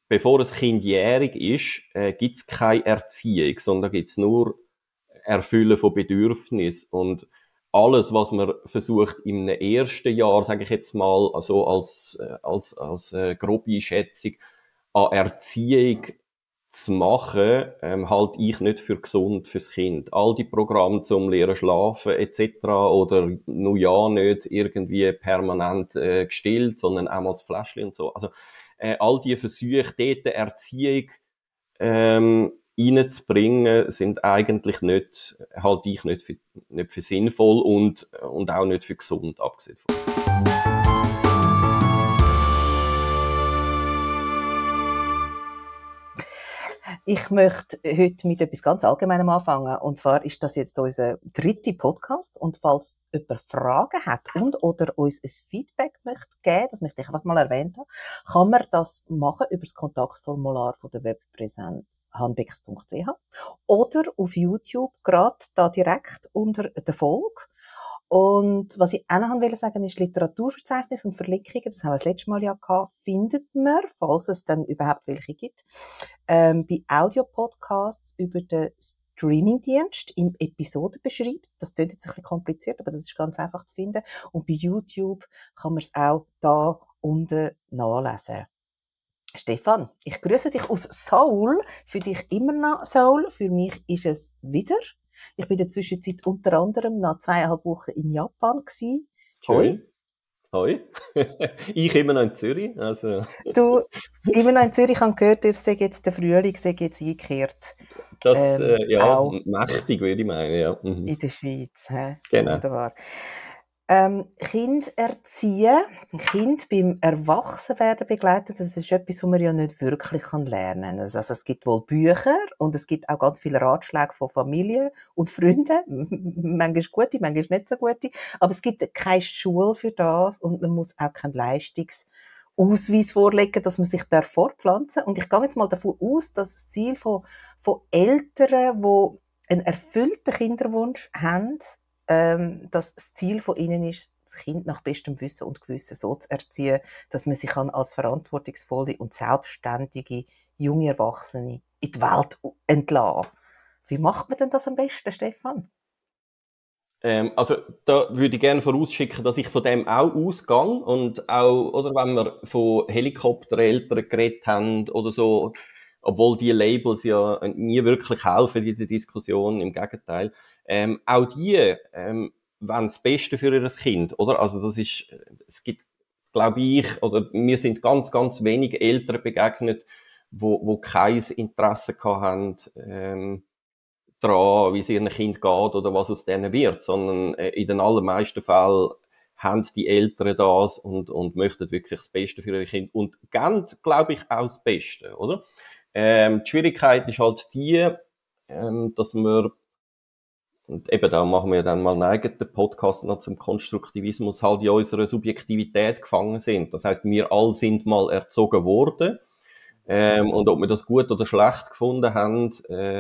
bevor ein Kind jährig ist, gibt's keine Erziehung, sondern gibt's nur Erfüllen von Bedürfnissen. Und alles, was man versucht im ersten Jahr, sage ich jetzt mal, also als grobe Schätzung, an Erziehung zu machen, halte ich nicht für gesund fürs Kind. All die Programme zum Lehren schlafen etc. oder nur ja nicht irgendwie permanent gestillt, sondern auch mal das Fläschchen und so. Also all die Versuche, dort eine Erziehung reinzubringen, sind eigentlich nicht, halte ich nicht für sinnvoll und auch nicht für gesund, abgesehen von. Ich möchte heute mit etwas ganz Allgemeinem anfangen. Und zwar ist das jetzt unser 3. Podcast. Und falls jemand Fragen hat oder uns ein Feedback möchte geben, das möchte ich einfach mal erwähnt haben, kann man das machen über das Kontaktformular von der Webpräsenz hanbex.ch oder auf YouTube, gerade da direkt unter der Folge. Und was ich auch noch wollte sagen, ist Literaturverzeichnis und Verlinkungen, das haben wir das letzte Mal ja gehabt, findet man, falls es dann überhaupt welche gibt, bei Audio-Podcasts über den Streamingdienst im Episodenbeschreib. Das klingt jetzt ein bisschen kompliziert, aber das ist ganz einfach zu finden. Und bei YouTube kann man es auch da unten nachlesen. Stefan, ich grüße dich aus Seoul. Für dich immer noch Seoul. Für mich ist es wieder. Ich bin in der Zwischenzeit unter anderem nach 2,5 Wochen in Japan gewesen. Schön. Hoi. Ich immer noch in Zürich. Also. Du, immer noch in Zürich, ich habe gehört, ihr seid jetzt der Frühling, seid jetzt eingekehrt. Das, ja, auch mächtig, würde ich meinen, ja. Mhm. in der Schweiz. Genau. Wunderbar. Kind erziehen, Kind beim Erwachsenwerden begleiten, das ist etwas, was man ja nicht wirklich lernen kann. Also es gibt wohl Bücher und es gibt auch ganz viele Ratschläge von Familie und Freunden, manchmal gute, manchmal nicht so gute, aber es gibt keine Schule für das und man muss auch keinen Leistungsausweis vorlegen, dass man sich da fortpflanzen. Und ich gehe jetzt mal davon aus, dass das Ziel von Eltern, die einen erfüllten Kinderwunsch haben, dass das Ziel von ihnen ist, das Kind nach bestem Wissen und Gewissen so zu erziehen, dass man sich als verantwortungsvolle und selbstständige junge Erwachsene in die Welt entlassen. Wie macht man denn das am besten, Stefan? Also da würde ich gerne vorausschicken, dass ich von dem auch ausgehe und auch, oder wenn wir von Helikoptereltern geredet haben oder so, obwohl die Labels ja nie wirklich helfen in der Diskussion, im Gegenteil, auch die wollen das Beste für ihr Kind, oder? Also es gibt, glaube ich, oder mir sind ganz, ganz wenige Eltern begegnet, wo kein Interesse gehabt haben, daran, wie es ihren Kind geht oder was aus denen wird, sondern in den allermeisten Fällen haben die Eltern das und möchten wirklich das Beste für ihr Kind und geben, glaube ich, auch das Beste, oder? Die Schwierigkeit ist halt die, dass wir, und eben da machen wir dann mal einen eigenen Podcast noch zum Konstruktivismus, halt in unserer Subjektivität gefangen sind. Das heißt, wir alle sind mal erzogen worden, und ob wir das gut oder schlecht gefunden haben,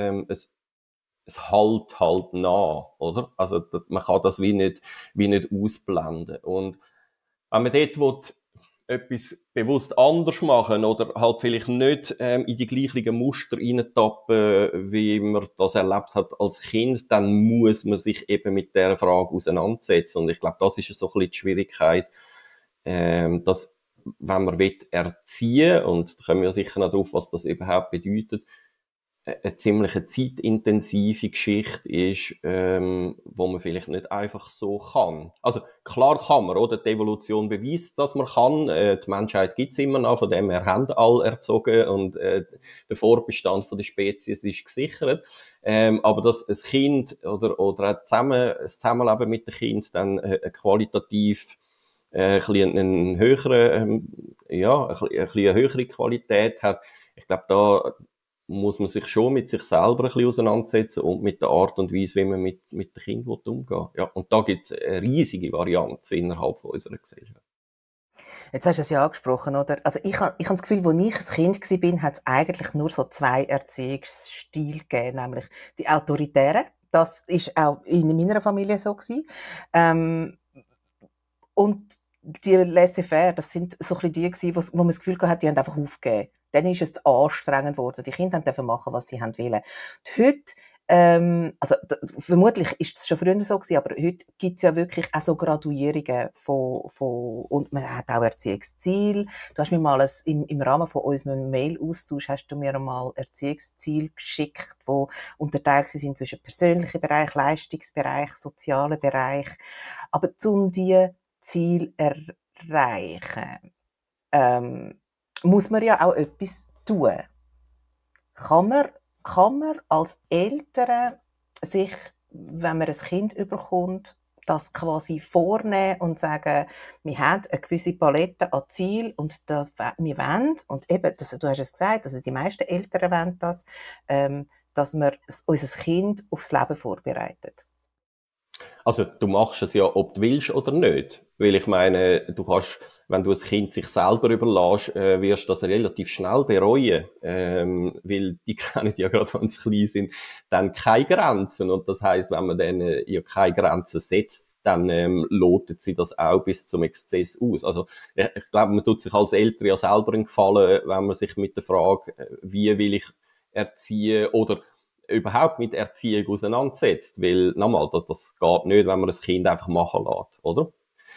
es halt nach, oder? Also, man kann das wie nicht ausblenden. Und wenn man dort will, etwas bewusst anders machen oder halt vielleicht nicht in die gleichen Muster reintappen, wie man das erlebt hat als Kind, dann muss man sich eben mit der Frage auseinandersetzen. Und ich glaube, das ist so ein bisschen die Schwierigkeit, dass, wenn man erziehen will, und da kommen wir sicher noch drauf, was das überhaupt bedeutet, eine ziemlich zeitintensive Geschichte ist, wo man vielleicht nicht einfach so kann. Also klar kann man, oder? Die Evolution beweist, dass man kann. Die Menschheit gibt's immer noch, von dem her haben alle erzogen und der Fortbestand von der Spezies ist gesichert. Aber dass ein Kind oder auch das Zusammenleben mit dem Kind dann qualitativ ein bisschen eine höhere, ein bisschen eine höhere Qualität hat. Ich glaube, da muss man sich schon mit sich selber ein bisschen auseinandersetzen und mit der Art und Weise, wie man mit den Kindern umgehen will. Ja, und da gibt es eine riesige Varianz innerhalb von unserer Gesellschaft. Jetzt hast du es ja angesprochen, oder? Also ich habe das Gefühl, als ich ein Kind war, hat es eigentlich nur so 2 Erziehungsstile gegeben, nämlich die autoritären, das ist auch in meiner Familie so gewesen, und die laissez-faire, das sind so ein bisschen die gewesen, wo man das Gefühl hatte, die haben einfach aufgegeben. Dann ist es zu anstrengend geworden. Die Kinder dürfen machen, was sie wollen. Und heute, vermutlich ist es schon früher so gewesen, aber heute gibt es ja wirklich auch so Graduierungen und man hat auch Erziehungsziele. Du hast mir mal im Rahmen von unserem Mail-Austausch hast du mir mal Erziehungsziele geschickt, die unterteilt sind zwischen persönlichen Bereich, Leistungsbereich, sozialen Bereich. Aber um diese Ziele erreichen, muss man ja auch etwas tun. Kann man als Eltern sich, wenn man ein Kind überkommt, das quasi vornehmen und sagen, wir haben eine gewisse Palette an Zielen und das wir wollen, und eben, du hast es gesagt, also die meisten Eltern wollen das, dass man unser Kind aufs Leben vorbereitet. Also du machst es ja, ob du willst oder nicht. Weil ich meine, du kannst, wenn du ein Kind sich selber überlässt, wirst du das relativ schnell bereuen. Weil die kennen ja gerade, wenn sie klein sind, dann keine Grenzen. Und das heisst, wenn man denen ja keine Grenzen setzt, dann lotet sie das auch bis zum Exzess aus. Also ich glaube, man tut sich als Eltern ja selber einen Gefallen, wenn man sich mit der Frage, wie will ich erziehen oder überhaupt mit Erziehung auseinandersetzt, weil, nochmal, das geht nicht, wenn man das Kind einfach machen lässt, oder?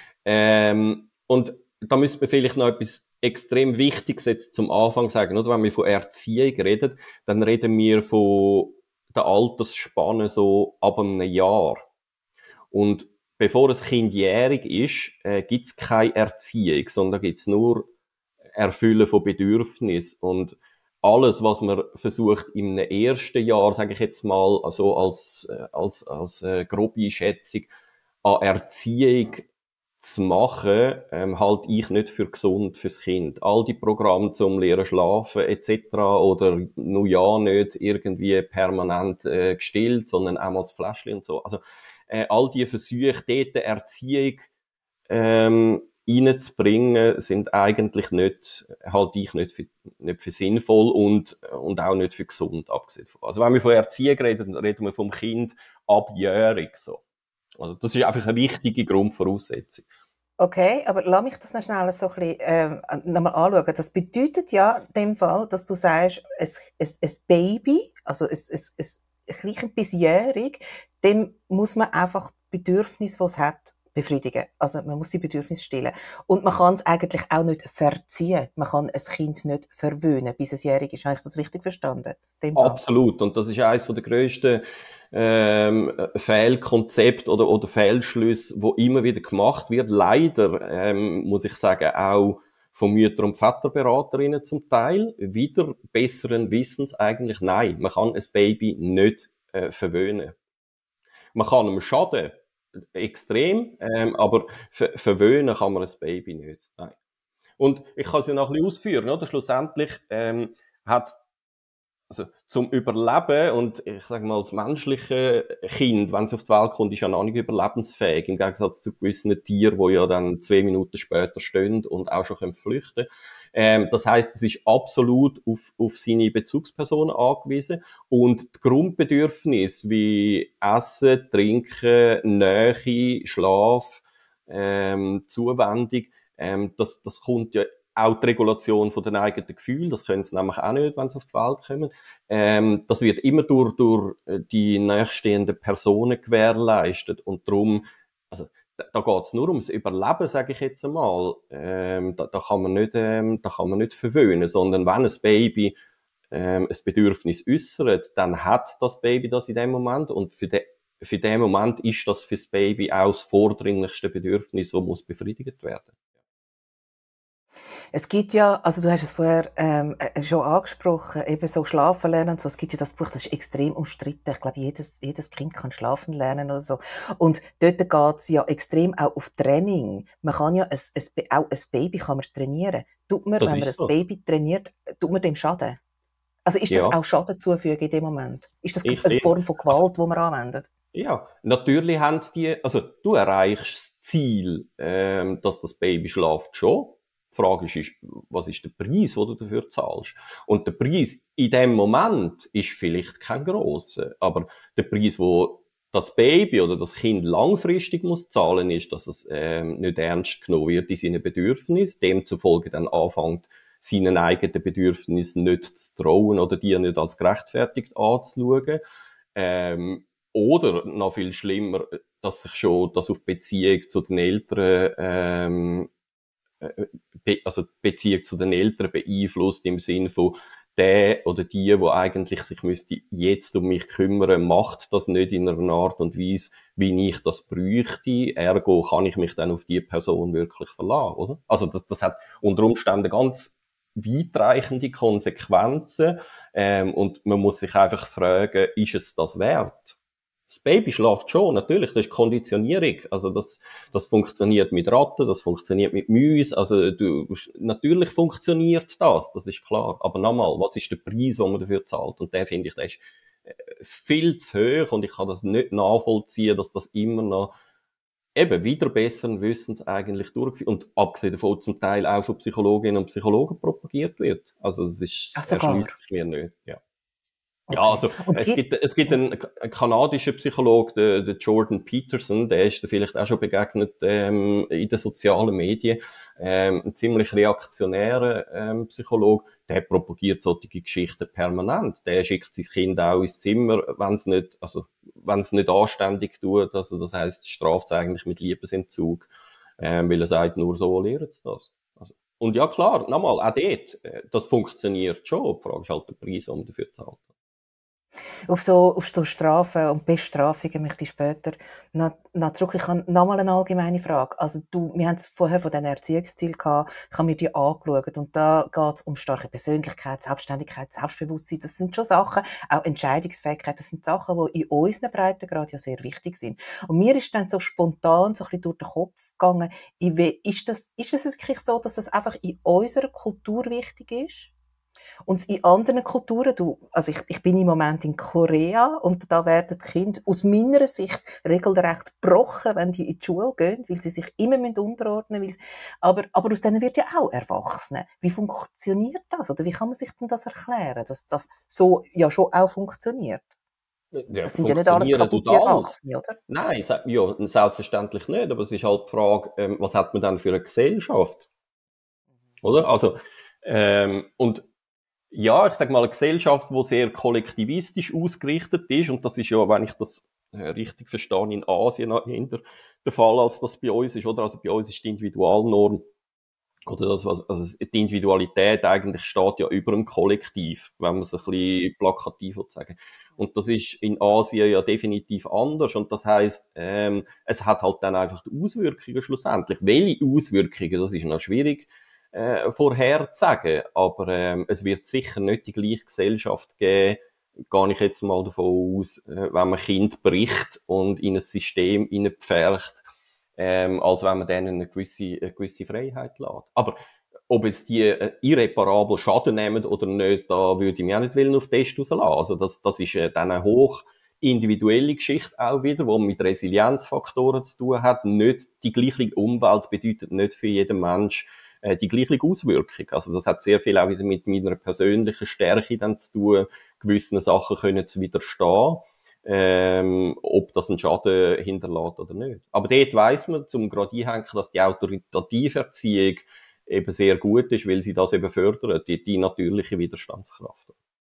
Und da müsste man vielleicht noch etwas extrem Wichtiges jetzt zum Anfang sagen, oder? Wenn wir von Erziehung reden, dann reden wir von der Altersspanne so ab einem Jahr. Und bevor ein Kind jährig ist, gibt's keine Erziehung, sondern gibt's nur Erfüllen von Bedürfnissen. Und alles, was man versucht im ersten Jahr, sage ich jetzt mal, also als grobe Schätzung an Erziehung zu machen, halte ich nicht für gesund fürs Kind. All die Programme zum Lehren schlafen etc. oder nur ja nicht irgendwie permanent gestillt, sondern einmal das Fläschchen und so. Also all die Versuche, dort Erziehung reinzubringen, sind eigentlich nicht, halte ich nicht für sinnvoll und auch nicht für gesund, abgesehen davon. Also wenn wir von Erziehung reden, dann reden wir vom Kind abjährig, so. Also das ist einfach eine wichtige Grundvoraussetzung. Okay, aber lass mich das noch schnell so ein bisschen nochmal anschauen. Das bedeutet ja in dem Fall, dass du sagst, ein Baby, also ein klein bis jährig, dem muss man einfach Bedürfnisse, die es hat, befriedigen. Also man muss die Bedürfnisse stillen. Und man kann es eigentlich auch nicht verziehen. Man kann ein Kind nicht verwöhnen, bis es jährig ist. Habe ich das richtig verstanden? Absolut. Und das ist eines der grössten Fehlkonzepte oder Fehlschlüsse, wo immer wieder gemacht wird. Leider, muss ich sagen, auch von Mütter- und Väterberaterinnen zum Teil. Wieder besseren Wissens eigentlich nein. Man kann ein Baby nicht verwöhnen. Man kann ihm schaden, extrem, aber verwöhnen kann man ein Baby nicht. Nein. Und ich kann es ja noch ein bisschen ausführen, oder? Schlussendlich hat also zum Überleben und ich sage mal, das menschliche Kind, wenn es auf die Welt kommt, ist ja noch nicht überlebensfähig, im Gegensatz zu gewissen Tieren, die ja dann 2 Minuten später stehen und auch schon flüchten können. Das heisst, es ist absolut auf seine Bezugspersonen angewiesen und die Grundbedürfnisse wie Essen, Trinken, Nähe, Schlaf, Zuwendung, das kommt ja auch die Regulation von den eigenen Gefühlen, das können sie nämlich auch nicht, wenn sie auf die Welt kommen. Das wird immer durch die nächststehenden Personen gewährleistet und darum, also da geht's nur ums Überleben, sage ich jetzt einmal. Da kann man nicht verwöhnen, sondern wenn ein Baby ein Bedürfnis äußert, dann hat das Baby das in dem Moment und für den Moment ist das für das Baby auch das vordringlichste Bedürfnis, das muss befriedigt werden. Es gibt ja, also du hast es vorher schon angesprochen, eben so schlafen lernen und so. Es gibt ja das Buch, das ist extrem umstritten. Ich glaube, jedes Kind kann schlafen lernen oder so. Und dort geht es ja extrem auch auf Training. Man kann ja auch ein Baby kann man trainieren. Wenn man ein So. Baby trainiert, tut man dem Schaden? Also ist das auch Schaden zufügen in dem Moment? Ist das eine Form von Gewalt, die man anwendet? Ja, natürlich haben also du erreichst das Ziel, dass das Baby schläft schon. Die Frage ist, was ist der Preis, den du dafür zahlst? Und der Preis in dem Moment ist vielleicht kein grosser, aber der Preis, wo das Baby oder das Kind langfristig muss zahlen, ist, dass es nicht ernst genommen wird in seinen Bedürfnissen, demzufolge dann anfängt, seinen eigenen Bedürfnissen nicht zu trauen oder die nicht als gerechtfertigt anzuschauen. Oder noch viel schlimmer, dass sich schon das auf Beziehung zu den Eltern, also die Beziehung zu den Eltern beeinflusst im Sinn von der oder die, wo eigentlich sich müsste jetzt um mich kümmern, macht das nicht in einer Art und Weise, wie ich das bräuchte. Ergo kann ich mich dann auf die Person wirklich verlassen, oder? Also das hat unter Umständen ganz weitreichende Konsequenzen, und man muss sich einfach fragen, ist es das wert? Das Baby schläft schon, natürlich, das ist Konditionierung. Also das funktioniert mit Ratten, das funktioniert mit Mäusen, also natürlich funktioniert das ist klar. Aber nochmal, was ist der Preis, den man dafür zahlt? Und den finde ich, der ist viel zu hoch und ich kann das nicht nachvollziehen, dass das immer noch eben wieder besseren Wissens eigentlich durchgeführt und abgesehen davon zum Teil auch von Psychologinnen und Psychologen propagiert wird. Also das ist, Ach, sogar. erschließt sich mir nicht, ja. Okay. Ja, also es gibt einen kanadischen Psychologen, der Jordan Peterson, der ist dir vielleicht auch schon begegnet in den sozialen Medien, ein ziemlich reaktionärer Psychologe, der propagiert solche Geschichten permanent. Der schickt sein Kind auch ins Zimmer, wenn es nicht anständig tut, also das heisst, straft es eigentlich mit Liebesentzug, weil er sagt, nur so lernt es das. Also, und ja klar, nochmal, auch dort, das funktioniert schon, die Frage ist halt der Preis, den man dafür zahlt. Auf so Strafen und Bestrafungen möchte ich später noch zurück. Ich habe noch mal eine allgemeine Frage. Also wir haben es vorher von diesen Erziehungszielen gehabt. Ich habe mir die angeschaut und da geht es um starke Persönlichkeit, Selbstständigkeit, Selbstbewusstsein. Das sind schon Sachen, auch Entscheidungsfähigkeit, das sind Sachen, die in unseren Breitengrad ja sehr wichtig sind. Und mir ist dann so spontan so ein bisschen durch den Kopf gegangen, ist das wirklich so, dass das einfach in unserer Kultur wichtig ist? Und in anderen Kulturen, also ich bin im Moment in Korea und da werden die Kinder aus meiner Sicht regelrecht gebrochen, wenn die in die Schule gehen, weil sie sich immer unterordnen müssen. Aber aus denen wird ja auch Erwachsene. Wie funktioniert das? Oder wie kann man sich denn das erklären, dass das so ja schon auch funktioniert? Ja, Das sind ja nicht alles kaputte Erwachsene, oder? Nein, ja, selbstverständlich nicht, aber es ist halt die Frage, was hat man dann für eine Gesellschaft? Oder? Also, und ja, ich sag mal, eine Gesellschaft, die sehr kollektivistisch ausgerichtet ist, und das ist ja, wenn ich das richtig verstehe, in Asien eher der Fall, als das bei uns ist, oder? Also bei uns ist die Individualnorm, oder das, also die Individualität eigentlich steht ja über dem Kollektiv, wenn man es ein bisschen plakativ sagen. Und das ist in Asien ja definitiv anders, und das heisst, es hat halt dann einfach die Auswirkungen schlussendlich. Welche Auswirkungen, das ist noch schwierig, vorherzusagen, aber es wird sicher nicht die gleiche Gesellschaft geben, gehe ich jetzt mal davon aus, wenn man Kind bricht und in ein System hineinpfercht, als wenn man denen eine gewisse Freiheit lässt. Aber ob jetzt die irreparabel Schaden nehmen oder nicht, da würde ich mich auch nicht wollen auf Test rauslassen. Also das ist dann eine hoch individuelle Geschichte auch wieder, die mit Resilienzfaktoren zu tun hat. Nicht die gleiche Umwelt bedeutet nicht für jeden Mensch die gleiche Auswirkung. Also das hat sehr viel auch wieder mit meiner persönlichen Stärke dann zu tun, gewissen Sachen können zu widerstehen, ob das einen Schaden hinterlässt oder nicht. Aber dort weiss man, zum gerade einhängen, dass die autoritative Erziehung eben sehr gut ist, weil sie das eben fördert, die natürliche Widerstandskraft.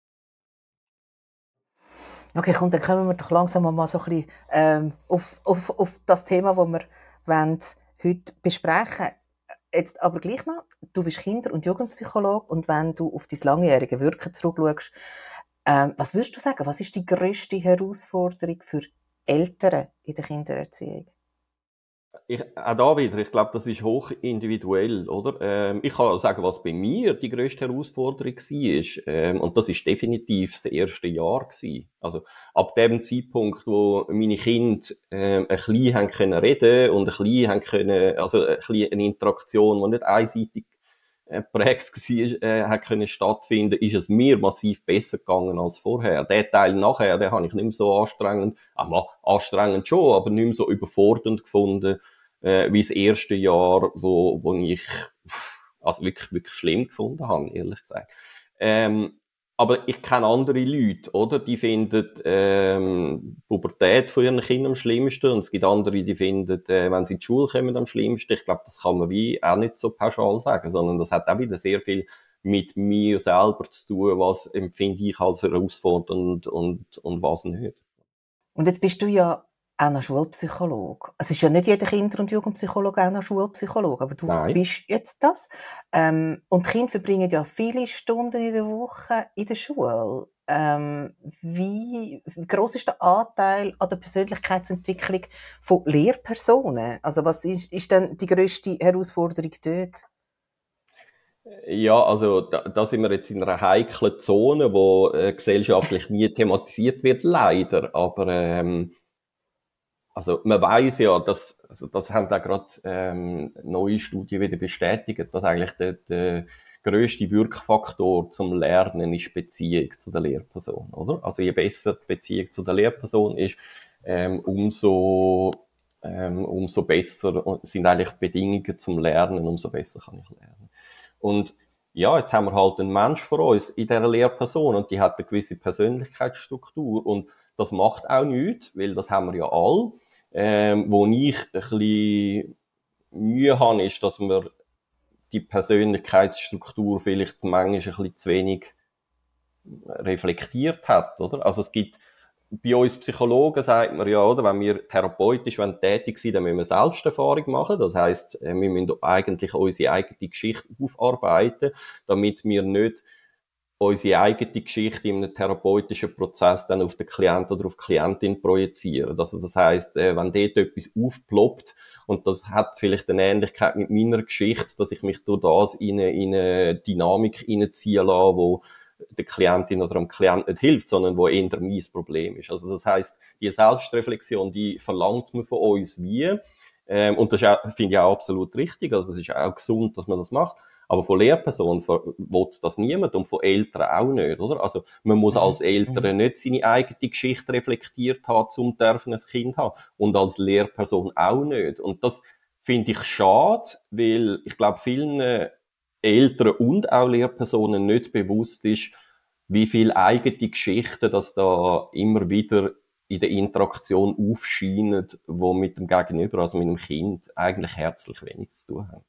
Okay, komm, dann kommen wir doch langsam mal so ein bisschen auf das Thema, das wir heute besprechen wollen. Jetzt aber gleich noch, du bist Kinder- und Jugendpsychologe und wenn du auf dein langjährige Wirken zurückschaust, was würdest du sagen, was ist die grösste Herausforderung für Eltern in der Kindererziehung? Auch da wieder, ich glaube, das ist hoch individuell, oder? Ich kann sagen, was bei mir die grösste Herausforderung war, und das ist definitiv das erste Jahr gewesen. Also, ab dem Zeitpunkt, wo meine Kinder, ein bisschen haben können reden und ein bisschen haben können, also ein bisschen eine Interaktion, die nicht einseitig geprägt war, hat können stattfinden, ist es mir massiv besser gegangen als vorher. Der Teil nachher, den habe ich nicht mehr so anstrengend, anstrengend schon, aber nicht mehr so überfordernd gefunden, wie das erste Jahr, wo ich, also wirklich schlimm gefunden habe, ehrlich gesagt. Aber ich kenne andere Leute, oder? Die finden, Pubertät von ihren Kindern am schlimmsten. Und es gibt andere, die finden, wenn sie in die Schule kommen, am schlimmsten. Ich glaube, das kann man wie auch nicht so pauschal sagen, sondern das hat auch wieder sehr viel mit mir selber zu tun, was empfinde ich als herausfordernd und was nicht. Und jetzt bist du ja auch noch Schulpsychologe. Es ist ja nicht jeder Kinder- und Jugendpsychologe auch noch Schulpsychologe, aber du Nein. bist jetzt das. Und die Kinder verbringen ja viele Stunden in der Woche in der Schule. Wie groß ist der Anteil an der Persönlichkeitsentwicklung von Lehrpersonen? Also was ist denn die grösste Herausforderung dort? Ja, also da sind wir jetzt in einer heiklen Zone, wo gesellschaftlich nie thematisiert wird, leider. Aber also man weiß ja, also das haben auch gerade neue Studien wieder bestätigt, dass eigentlich der grösste Wirkfaktor zum Lernen ist Beziehung zu der Lehrperson, oder? Also je besser die Beziehung zu der Lehrperson ist, umso besser sind eigentlich die Bedingungen zum Lernen, umso besser kann ich lernen. Und ja, jetzt haben wir halt einen Mensch vor uns in dieser Lehrperson und die hat eine gewisse Persönlichkeitsstruktur und das macht auch nichts, weil das haben wir ja alle. Wo ich ein bisschen Mühe habe, ist, dass man die Persönlichkeitsstruktur vielleicht manchmal ein bisschen zu wenig reflektiert hat, oder? Also es gibt, bei uns Psychologen sagt man ja, oder, wenn wir therapeutisch tätig sind, dann müssen wir Selbsterfahrung machen. Das heisst, wir müssen eigentlich unsere eigene Geschichte aufarbeiten, damit wir nicht unsere eigene Geschichte in einem therapeutischen Prozess dann auf den Klient oder auf die Klientin projizieren. Also das heisst, wenn dort etwas aufploppt, und das hat vielleicht eine Ähnlichkeit mit meiner Geschichte, dass ich mich durch das in eine Dynamik hineinziehen lasse, wo der Klientin oder dem Klient nicht hilft, sondern wo eher mein Problem ist. Also das heisst, die Selbstreflexion, die verlangt man von uns wie, und das ist auch, finde ich auch absolut richtig, also es ist auch gesund, dass man das macht. Aber von Lehrpersonen will das niemand und von Eltern auch nicht, oder? Also, man muss als Eltern nicht seine eigene Geschichte reflektiert haben, zum dürfen ein Kind haben. Und als Lehrperson auch nicht. Und das finde ich schade, weil ich glaube, vielen Eltern und auch Lehrpersonen nicht bewusst ist, wie viel eigene Geschichten das da immer wieder in der Interaktion aufscheinen, wo mit dem Gegenüber, also mit dem Kind, eigentlich herzlich wenig zu tun haben.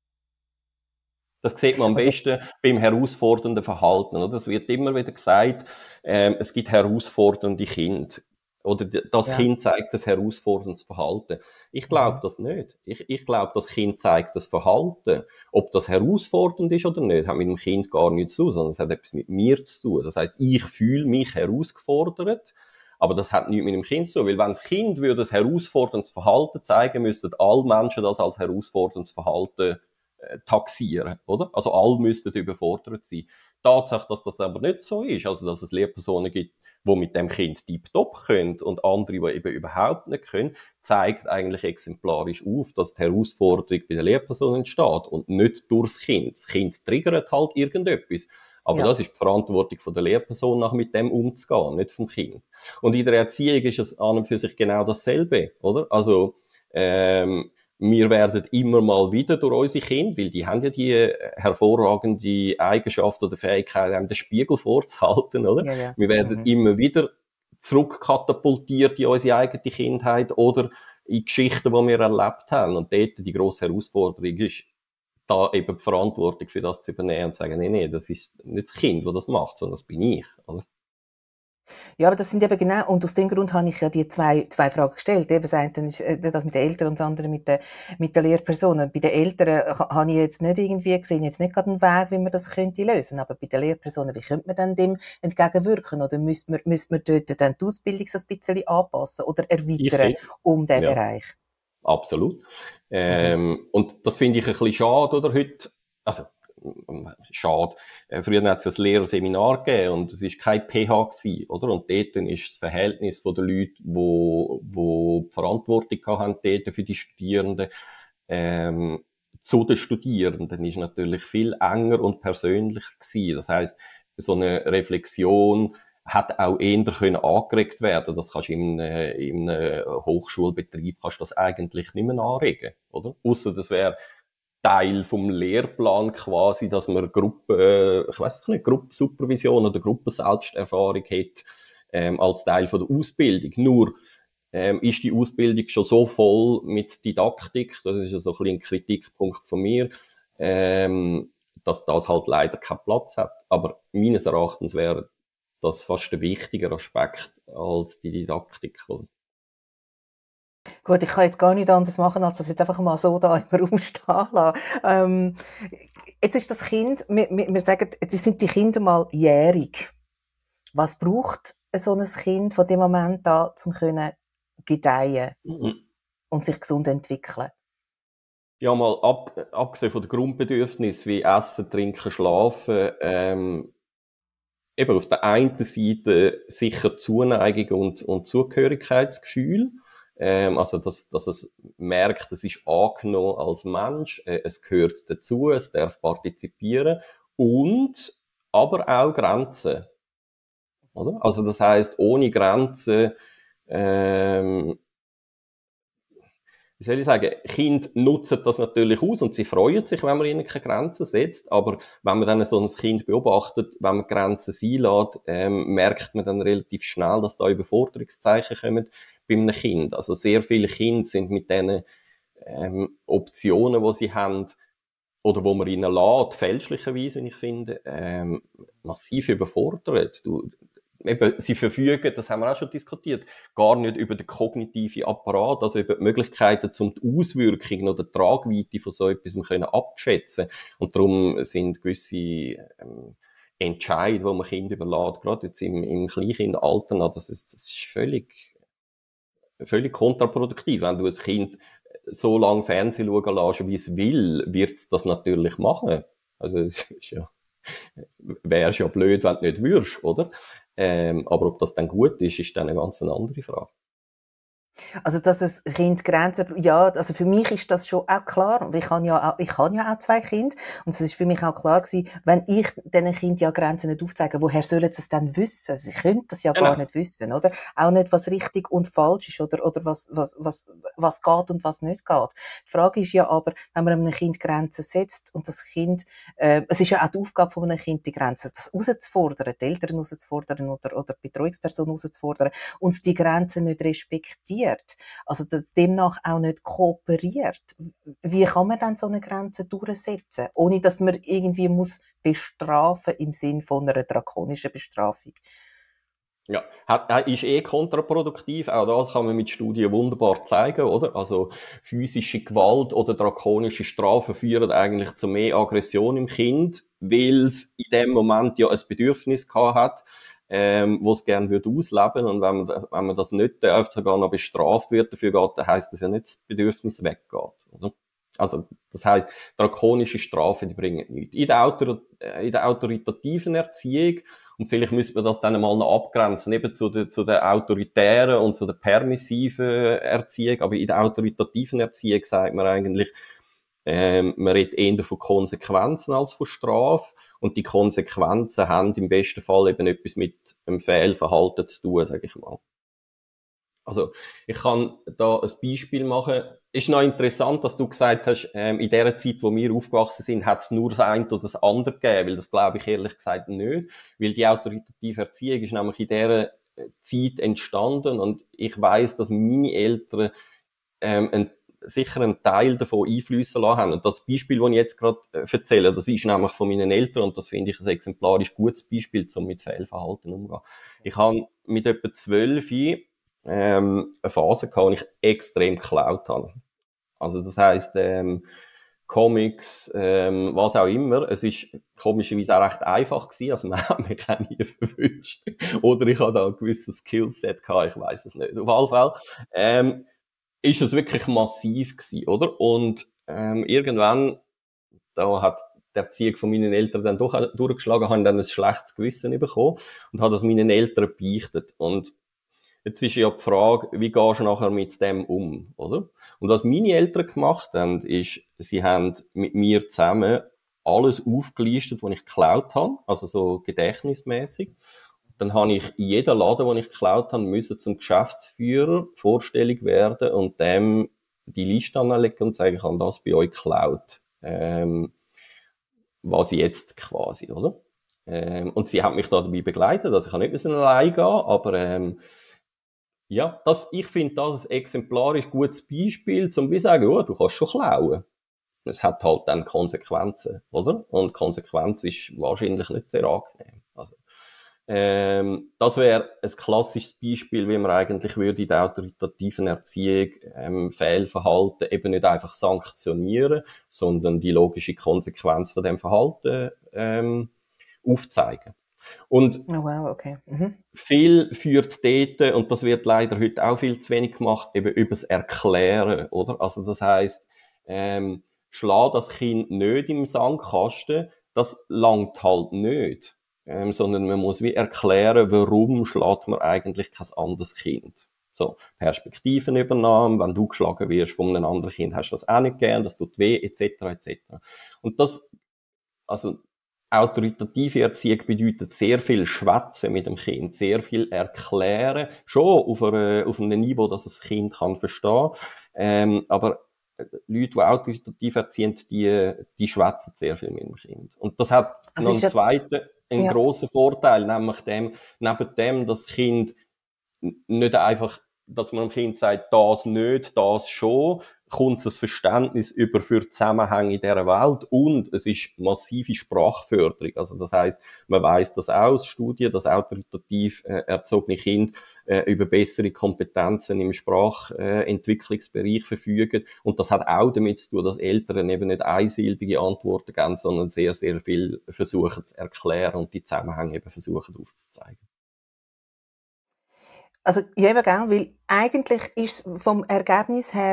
Das sieht man am besten beim herausfordernden Verhalten, oder? Es wird immer wieder gesagt, es gibt herausfordernde Kinder. Oder das Kind zeigt das herausforderndes Verhalten. Ich glaube das nicht. Ich glaube, das Kind zeigt das Verhalten. Ob das herausfordernd ist oder nicht, hat mit dem Kind gar nichts zu tun, sondern es hat etwas mit mir zu tun. Das heisst, ich fühle mich herausgefordert, aber das hat nichts mit dem Kind zu tun. Weil wenn das Kind würde ein herausforderndes Verhalten zeigen, müssten alle Menschen das als herausforderndes Verhalten taxieren, oder? Also alle müssten überfordert sein. Tatsache, dass das aber nicht so ist, also dass es Lehrpersonen gibt, die mit dem Kind tiptop können und andere, die eben überhaupt nicht können, zeigt eigentlich exemplarisch auf, dass die Herausforderung bei der Lehrperson entsteht und nicht durchs Kind. Das Kind triggert halt irgendetwas. Aber das ist die Verantwortung von der Lehrperson, nach mit dem umzugehen, nicht vom Kind. Und in der Erziehung ist es an und für sich genau dasselbe, oder? Also, wir werden immer mal wieder durch unsere Kinder, weil die haben ja die hervorragende Eigenschaft oder Fähigkeit, einem den Spiegel vorzuhalten, oder? Ja. Wir werden immer wieder zurückkatapultiert in unsere eigene Kindheit oder in Geschichten, die wir erlebt haben. Und dort die grosse Herausforderung ist, da eben die Verantwortung für das zu übernehmen und zu sagen, nee, das ist nicht das Kind, das macht, sondern das bin ich, oder? Ja, aber das sind eben genau, und aus dem Grund habe ich ja die zwei Fragen gestellt. Eben das eine ist das mit den Eltern und das andere mit den Lehrpersonen. Bei den Eltern habe ich jetzt nicht irgendwie gesehen, jetzt nicht gerade einen Weg, wie man das könnte lösen. Aber bei den Lehrpersonen, wie könnte man dann dem entgegenwirken? Oder müsste man dort dann die Ausbildung so ein bisschen anpassen oder erweitern um diesen Bereich? Absolut. Und das finde ich ein bisschen schade, oder? Heute, also, schade. Früher hat es ein Lehrerseminar gegeben und es ist kein PH gewesen, oder? Und dort ist das Verhältnis von den Leuten, die die Verantwortung haben dort für die Studierenden, zu den Studierenden ist natürlich viel enger und persönlicher gewesen. Das heisst, so eine Reflexion hat auch eher können angeregt werden. Das kannst du in einem Hochschulbetrieb kannst du das eigentlich nicht mehr anregen, oder? Ausser das wäre Teil vom Lehrplan quasi, dass man Gruppensupervision oder Gruppenselbsterfahrung hat, als Teil von der Ausbildung. Nur, ist die Ausbildung schon so voll mit Didaktik, das ist ja so ein bisschen ein Kritikpunkt von mir, dass das halt leider keinen Platz hat. Aber meines Erachtens wäre das fast ein wichtiger Aspekt als die Didaktik. Gut, ich kann jetzt gar nichts anderes machen, als das jetzt einfach mal so da im Raum stehen lassen. Jetzt ist das Kind, wir sagen, jetzt sind die Kinder mal jährig. Was braucht so ein Kind von dem Moment an, um gedeihen und sich gesund entwickeln? Ja, mal abgesehen von den Grundbedürfnissen wie Essen, Trinken, Schlafen, eben auf der einen Seite sicher Zuneigung und Zugehörigkeitsgefühl. Also, dass es merkt, es ist angenommen als Mensch, es gehört dazu, es darf partizipieren und aber auch Grenzen. Oder? Also, das heisst, ohne Grenzen, wie soll ich sagen, Kinder nutzen das natürlich aus und sie freuen sich, wenn man ihnen keine Grenzen setzt, aber wenn man dann so ein Kind beobachtet, wenn man Grenzen sein lässt, merkt man dann relativ schnell, dass da Überforderungszeichen kommen bei einem Kind. Also sehr viele Kinder sind mit diesen Optionen, die sie haben, oder wo man ihnen lässt, fälschlicherweise, wie ich finde, massiv überfordert. Eben, sie verfügen, das haben wir auch schon diskutiert, gar nicht über den kognitiven Apparat, also über die Möglichkeiten, um die Auswirkungen oder die Tragweite von so etwas abzuschätzen. Und darum sind gewisse Entscheide, die man Kind überlässt, gerade jetzt im Kleinkindalter, das ist völlig kontraproduktiv. Wenn du ein Kind so lange Fernsehen schauen lässt, wie es will, wird es das natürlich machen. Also, es ist ja, wär's ja blöd, wenn du nicht würdest, oder? Aber ob das dann gut ist dann eine ganz andere Frage. Also, dass ein Kind Grenzen, ja, also für mich ist das schon auch klar. Und ich habe ja auch 2 Kinder. Und es ist für mich auch klar gewesen, wenn ich diesen Kind ja Grenzen nicht aufzeige, woher sollen sie es dann wissen? Sie können das ja gar nicht wissen, oder? Auch nicht, was richtig und falsch ist, oder was geht und was nicht geht. Die Frage ist ja aber, wenn man einem Kind Grenzen setzt und das Kind, es ist ja auch die Aufgabe von einem Kind, die Grenzen, das herauszufordern, die Eltern herauszufordern oder die Betreuungsperson herauszufordern und die Grenzen nicht respektiert. Also demnach auch nicht kooperiert. Wie kann man dann so eine Grenze durchsetzen, ohne dass man irgendwie muss bestrafen im Sinn von einer drakonischen Bestrafung? Ja, ist kontraproduktiv. Auch das kann man mit Studien wunderbar zeigen, oder? Also, physische Gewalt oder drakonische Strafen führen eigentlich zu mehr Aggression im Kind, weil es in dem Moment ja ein Bedürfnis gehabt hat, wo es gerne würde ausleben. Und wenn man das nicht darf, sogar noch bestraft wird dafür geht, dann heisst das ja nicht, dass das Bedürfnis weggeht, oder? Also, das heisst, drakonische Strafen, die bringen nichts. In der autoritativen Erziehung, und vielleicht müsste man das dann mal noch abgrenzen, eben zu der autoritären und zu der permissiven Erziehung. Aber in der autoritativen Erziehung sagt man eigentlich, man redet eher von Konsequenzen als von Strafe. Und die Konsequenzen haben im besten Fall eben etwas mit einem Fehlverhalten zu tun, sage ich mal. Also, ich kann da ein Beispiel machen. Ist noch interessant, dass du gesagt hast, in der Zeit, wo wir aufgewachsen sind, hat es nur das eine oder das andere gegeben, weil das glaube ich ehrlich gesagt nicht. Weil die autoritative Erziehung ist nämlich in dieser Zeit entstanden und ich weiss, dass meine Eltern sicher einen Teil davon einfließen lassen haben. Und das Beispiel, das ich jetzt gerade erzähle, das ist nämlich von meinen Eltern und das finde ich ein exemplarisch gutes Beispiel, um mit Fehlverhalten umzugehen. Ich habe mit etwa 12 eine Phase gehabt, wo ich extrem geklaut habe. Also das heisst, Comics, was auch immer. Es ist komischerweise auch recht einfach gewesen, also man hat mich auch nie verwünscht. Oder ich habe da ein gewisses Skillset gehabt, ich weiss es nicht. Auf jeden Fall, ist es wirklich massiv gewesen, oder? Und irgendwann, da hat die Erziehung von meinen Eltern dann doch durchgeschlagen, habe dann ein schlechtes Gewissen bekommen und habe das meinen Eltern beichtet. Und jetzt ist ja die Frage, wie gehst du nachher mit dem um, oder? Und was meine Eltern gemacht haben, ist, sie haben mit mir zusammen alles aufgelistet, was ich geklaut habe, also so gedächtnismäßig. Dann habe ich in jedem Laden, den ich geklaut habe, müssen zum Geschäftsführer vorstellig werden und dem die Liste anlegen und sagen, ich habe das bei euch geklaut. Was jetzt quasi, oder? Und sie hat mich da dabei begleitet, also ich kann nicht allein gehen, aber ja, ich finde das ein exemplarisch gutes Beispiel, um wie sagen, oh, du kannst schon klauen. es hat halt dann Konsequenzen, oder? Und Konsequenz ist wahrscheinlich nicht sehr angenehm. Also, das wäre ein klassisches Beispiel, wie man eigentlich würde in der autoritativen Erziehung Fehlverhalten eben nicht einfach sanktionieren, sondern die logische Konsequenz von dem Verhalten aufzeigen. Und Oh wow, okay. viel führt dort, und das wird leider heute auch viel zu wenig gemacht, eben übers Erklären, oder? Also das heisst, schlag das Kind nicht im Sandkasten, das langt halt nicht. Sondern man muss wie erklären, warum schlägt man eigentlich kein anderes Kind. So, Perspektivenübernahme, wenn du geschlagen wirst von einem anderen Kind, hast du das auch nicht gern, das tut weh, etc., etc. Und das, also, autoritative Erziehung bedeutet sehr viel Schwätzen mit dem Kind, sehr viel erklären, schon auf einem Niveau, dass das Kind kann verstehen, aber Leute, die autoritativ erziehen, die schwätzen sehr viel mit dem Kind. Und das hat Das noch ist einen ja, zweiten, einen ja. grossen Vorteil, nämlich neben dem, dass das Kind nicht einfach, dass man dem Kind sagt, das nicht, das schon, kommt das Verständnis über für Zusammenhänge in dieser Welt und es ist massive Sprachförderung. Also das heisst, man weiss das aus Studien, dass autoritativ erzogene Kinder über bessere Kompetenzen im Sprachentwicklungsbereich verfügen und das hat auch damit zu tun, dass Eltern eben nicht einsilbige Antworten geben, sondern sehr, sehr viel versuchen zu erklären und die Zusammenhänge eben versuchen aufzuzeigen. Also, ja, eben, gell, weil eigentlich ist vom Ergebnis her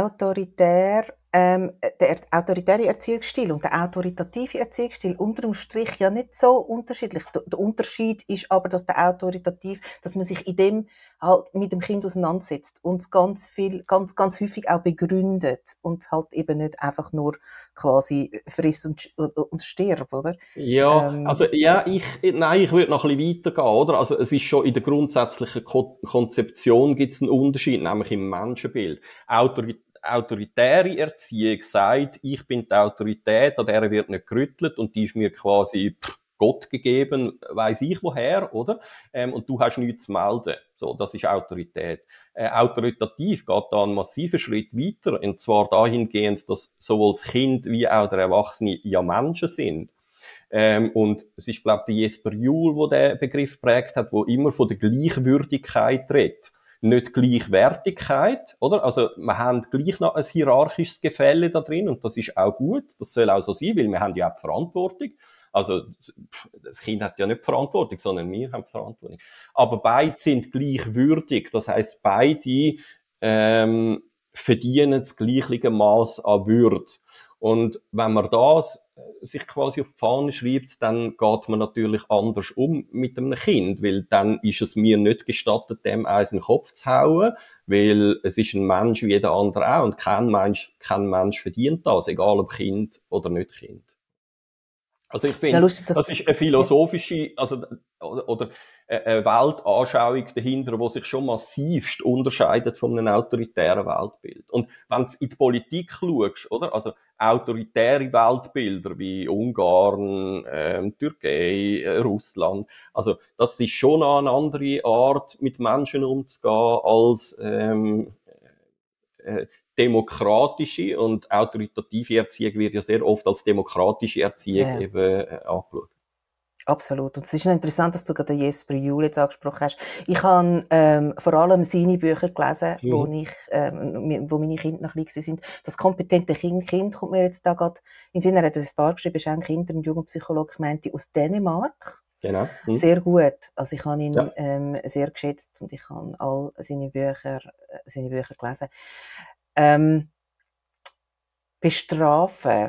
der autoritäre Erziehungsstil und der autoritative Erziehungsstil unterm Strich ja nicht so unterschiedlich. Der Unterschied ist aber, dass dass man sich in dem halt mit dem Kind auseinandersetzt und ganz ganz häufig auch begründet und halt eben nicht einfach nur quasi frisst und stirbt, oder? Ja, also ja, nein, ich würde noch ein bisschen weitergehen, oder? Also es ist schon in der grundsätzlichen Konzeption gibt es einen Unterschied, nämlich im Menschenbild. Autoritäre Erziehung sagt, ich bin die Autorität, an der wird nicht gerüttelt und die ist mir quasi Gott gegeben, weiss ich woher, oder? Und du hast nichts zu melden. So, das ist Autorität. Autoritativ geht da einen massiven Schritt weiter, und zwar dahingehend, dass sowohl das Kind wie auch der Erwachsene ja Menschen sind. Und es ist, glaube ich, Jesper Juhl, der den Begriff prägt hat, wo immer von der Gleichwürdigkeit redet. Nicht Gleichwertigkeit, oder? Also, wir haben gleich noch ein hierarchisches Gefälle da drin, und das ist auch gut. Das soll auch so sein, weil wir haben ja auch die Verantwortung. Also, das Kind hat ja nicht die Verantwortung, sondern wir haben die Verantwortung. Aber beide sind gleichwürdig. Das heisst, beide, verdienen das gleiche Maß an Würde. Und wenn man das sich quasi auf die Fahne schreibt, dann geht man natürlich anders um mit einem Kind, weil dann ist es mir nicht gestattet, dem eins in den Kopf zu hauen, weil es ist ein Mensch wie jeder andere auch und kein Mensch verdient das, egal ob Kind oder nicht Kind. Also ich Es ist ja finde, lustig, dass das ist eine philosophische, also, oder eine Weltanschauung dahinter, die sich schon massivst unterscheidet von einem autoritären Weltbild. Und wenn du in die Politik schaust, oder? Also autoritäre Weltbilder wie Ungarn, Türkei, Russland, also das ist schon eine andere Art, mit Menschen umzugehen als demokratische und autoritative Erziehung wird ja sehr oft als demokratische Erziehung ja. eben angeschaut. Absolut. Und es ist interessant, dass du gerade den Jesper Juhl jetzt angesprochen hast. Ich habe vor allem seine Bücher gelesen, wo meine Kinder noch klein sind. Das kompetente Kind kommt mir jetzt da gerade in Sinn. Er hat ein paar geschrieben, ist ein Kinder- und Jugendpsychologe, meinte, aus Dänemark. Genau. Sehr gut. Also ich habe ihn Ja. sehr geschätzt und ich habe all seine Bücher gelesen. Bestrafen.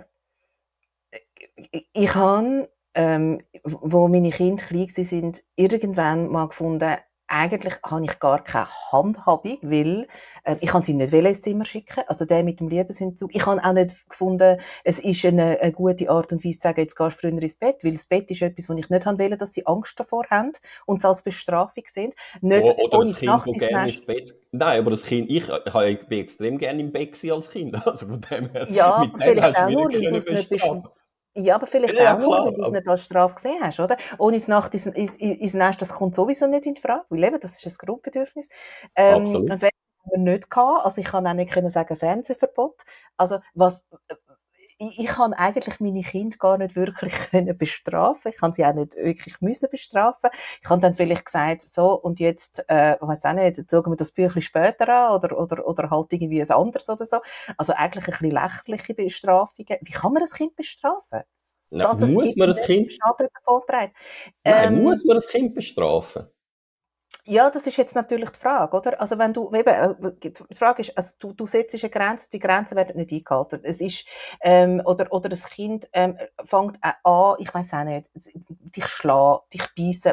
Ich habe, wo meine Kinder klein sind, irgendwann mal gefunden, eigentlich habe ich gar keine Handhabung, weil ich kann sie nicht ins Zimmer schicken, also der mit dem Liebesentzug. Ich habe auch nicht gefunden, es ist eine gute Art und Weise zu sagen, jetzt gehst du früher ins Bett, weil das Bett ist etwas, wo ich nicht haben will, dass sie Angst davor haben und es als Bestrafung sehen. Nicht Oder ohne das die Kind, Nacht das ins gerne Nest. ins Bett. Nein, aber das Kind, ich bin extrem gerne im Bett gewesen als Kind. Also von dem her, Ja, mit aber dem vielleicht hast du auch mich nur, nicht weil du können es nicht best bestrafen. ja, aber vielleicht Ja, ja, auch nur, weil klar. du es nicht als Strafe gesehen hast, oder? Ohne es Nacht ins Nest, das kommt sowieso nicht in Frage, weil eben, das ist ein Grundbedürfnis. Und Absolut. Fernsehen haben wir nicht gehabt, also ich kann auch nicht können sagen Fernsehverbot. Also was, ich kann eigentlich meine Kinder gar nicht wirklich können bestrafen. Ich kann sie auch nicht wirklich müssen bestrafen. Ich habe dann vielleicht gesagt, so, und jetzt, weiss auch nicht, jetzt schauen wir das Büchlein später an, oder halt irgendwie ein anderes oder so. Also eigentlich ein bisschen lächerliche Bestrafungen. Wie kann man ein Kind bestrafen? Na, Dass es muss man ein irgendeinen Kind, Schaden davon trägt. nein, muss man ein Kind bestrafen? Ja, das ist jetzt natürlich die Frage, oder? Also wenn du, eben, die Frage ist, also du setzt eine Grenze, die Grenzen werden nicht eingehalten. Es ist, oder das Kind, fängt auch an, ich weiss auch nicht, dich schlagen, dich beißen,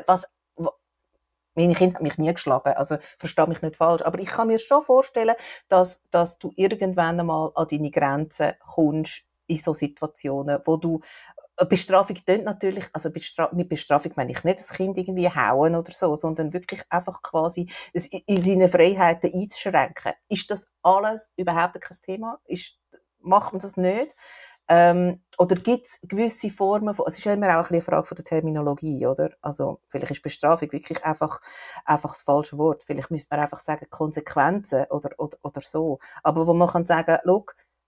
meine Kinder haben mich nie geschlagen, also versteh mich nicht falsch, aber ich kann mir schon vorstellen, dass du irgendwann einmal an deine Grenzen kommst in so Situationen, wo du Bestrafung tönt natürlich, also mit Bestrafung meine ich nicht das Kind irgendwie hauen oder so, sondern wirklich einfach quasi es in seinen Freiheiten einzuschränken. Ist das alles überhaupt kein Thema? Macht man das nicht? Oder gibt es gewisse Formen von, es ist ja immer auch ein bisschen eine Frage von der Terminologie, oder? Also, vielleicht ist Bestrafung wirklich einfach das falsche Wort. Vielleicht müsste man einfach sagen, Konsequenzen oder so. Aber wo man kann sagen, schau,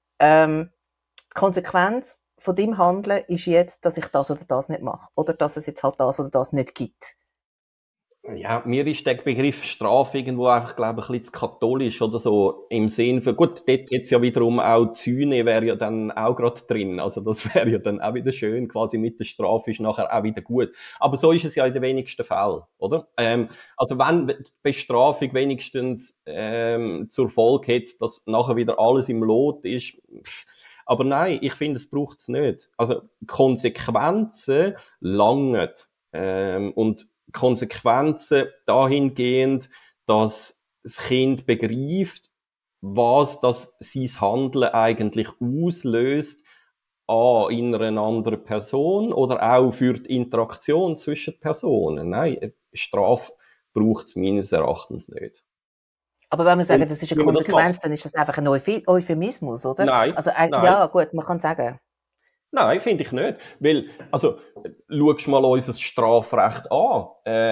die Konsequenz von deinem Handeln ist jetzt, dass ich das oder das nicht mache. Oder dass es jetzt halt das oder das nicht gibt. Ja, mir ist der Begriff Strafe irgendwo einfach, glaube ich, ein bisschen zu katholisch oder so, im Sinn von, gut, dort jetzt ja wiederum auch Zäune wäre ja dann auch gerade drin, also das wäre ja dann auch wieder schön, quasi mit der Strafe ist nachher auch wieder gut. Aber so ist es ja in den wenigsten Fällen, oder? Also wenn die Bestrafung wenigstens zur Folge hat, dass nachher wieder alles im Lot ist, aber nein, ich finde, es braucht es nicht. Also Konsequenzen langen. Und Konsequenzen dahingehend, dass das Kind begreift, was das sein Handeln eigentlich auslöst in einer anderen Person oder auch für die Interaktion zwischen Personen. Nein, Strafe braucht es meines Erachtens nicht. Aber wenn wir sagen, Und das ist eine wie man das Konsequenz, macht? dann ist das einfach ein Euphemismus, oder? Nein, Also, nein. ja, gut, man kann sagen. Nein, finde ich nicht. Weil, also, schau mal unser Strafrecht an.